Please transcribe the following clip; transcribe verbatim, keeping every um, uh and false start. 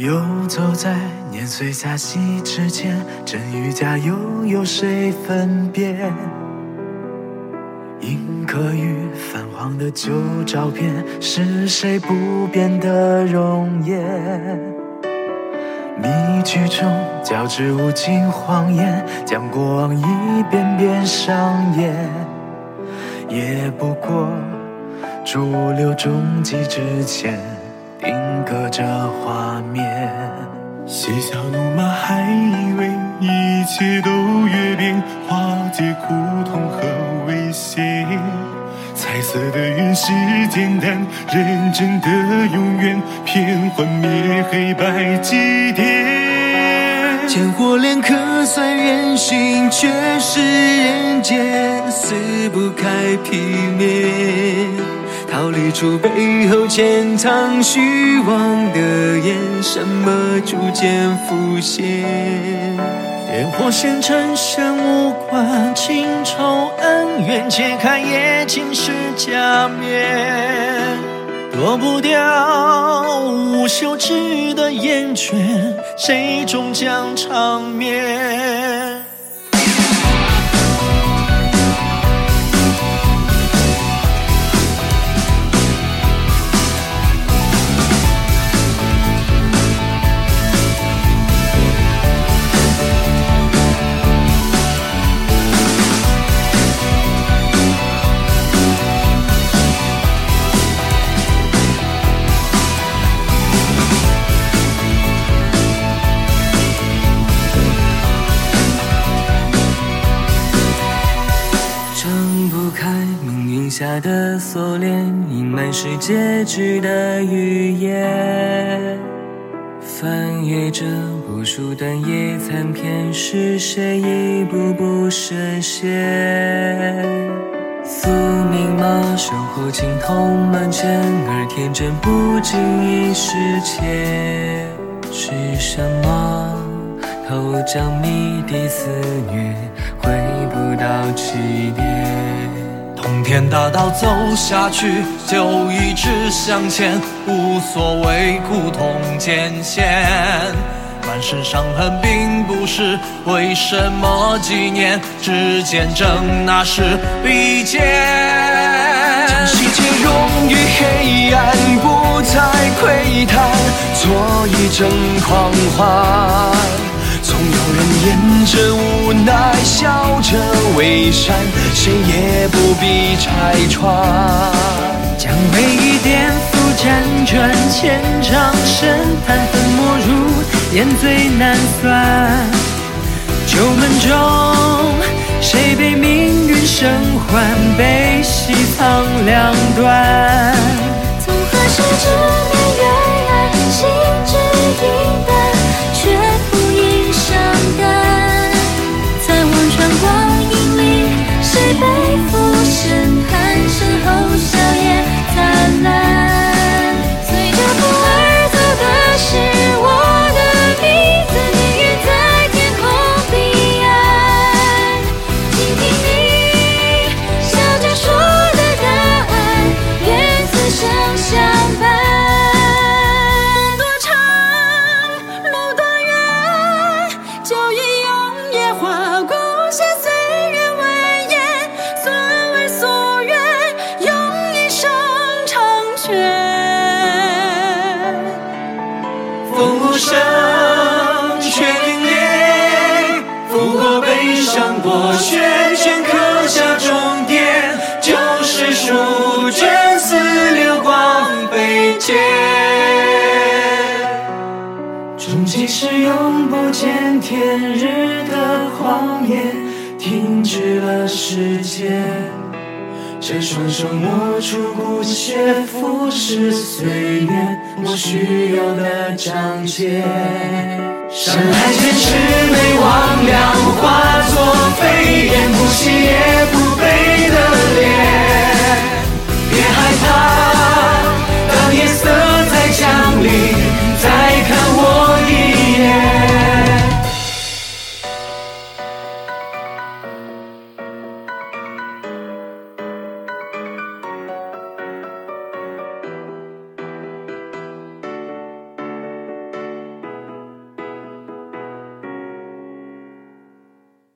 游走在年岁假期之间，真与假又有谁分辨？印刻于泛黄的旧照片，是谁不变的容颜？迷局中交织无尽谎言，将过往一遍遍上演，也不过驻留终极之前定格着画面。 嬉笑怒骂，还以为一切都阅遍，化解苦痛和危险。彩色的云是简单，认真的永远，偏幻灭黑白祭奠。 见火炼刻算人心，却是人间撕不开皮面。逃离出背后潜藏虚妄的眼，什么逐渐浮现？ 点火现成神无关，情仇恩怨揭开也尽是假面。躲不掉无休止的厌倦，谁终将长眠？ 下的锁链，隐瞒世界之的语言，翻阅着无数段夜残片，是谁一步步深陷？宿命吗？生活情痛满前，而天真不经意失窃。是什么偷将谜底肆虐，回不到起点？ 通天大道走下去，就一直向前，无所谓苦痛艰险。满身伤痕并不是为什么纪念，只见证那是必见。将世界融于黑暗，不再窥探，做一阵狂欢。总有人沿着无奈笑着为善，谁也不必拆穿。将回忆颠覆辗转，千丈深潭粉没入眼最难算。旧门中谁被命运生还，被惜藏两端。 从何时之内原来心知应淡，却不应伤感。在望穿光影里，谁背负审判，身后笑颜灿烂。随着风儿走的是我的名字，命运在天空彼岸。倾听你笑着说的答案，愿此生相伴。多长路多远，就以用野花鼓写岁月为言。所为所愿，用一生成全。 风无声，却凛冽，拂过悲伤过雪，镌刻下终点。旧时书卷，似流光飞溅。终极是永不见天日的谎言，停止了时间。这双手摸出骨血，腐蚀岁月，我需要的章节。山海间魑魅魍魉，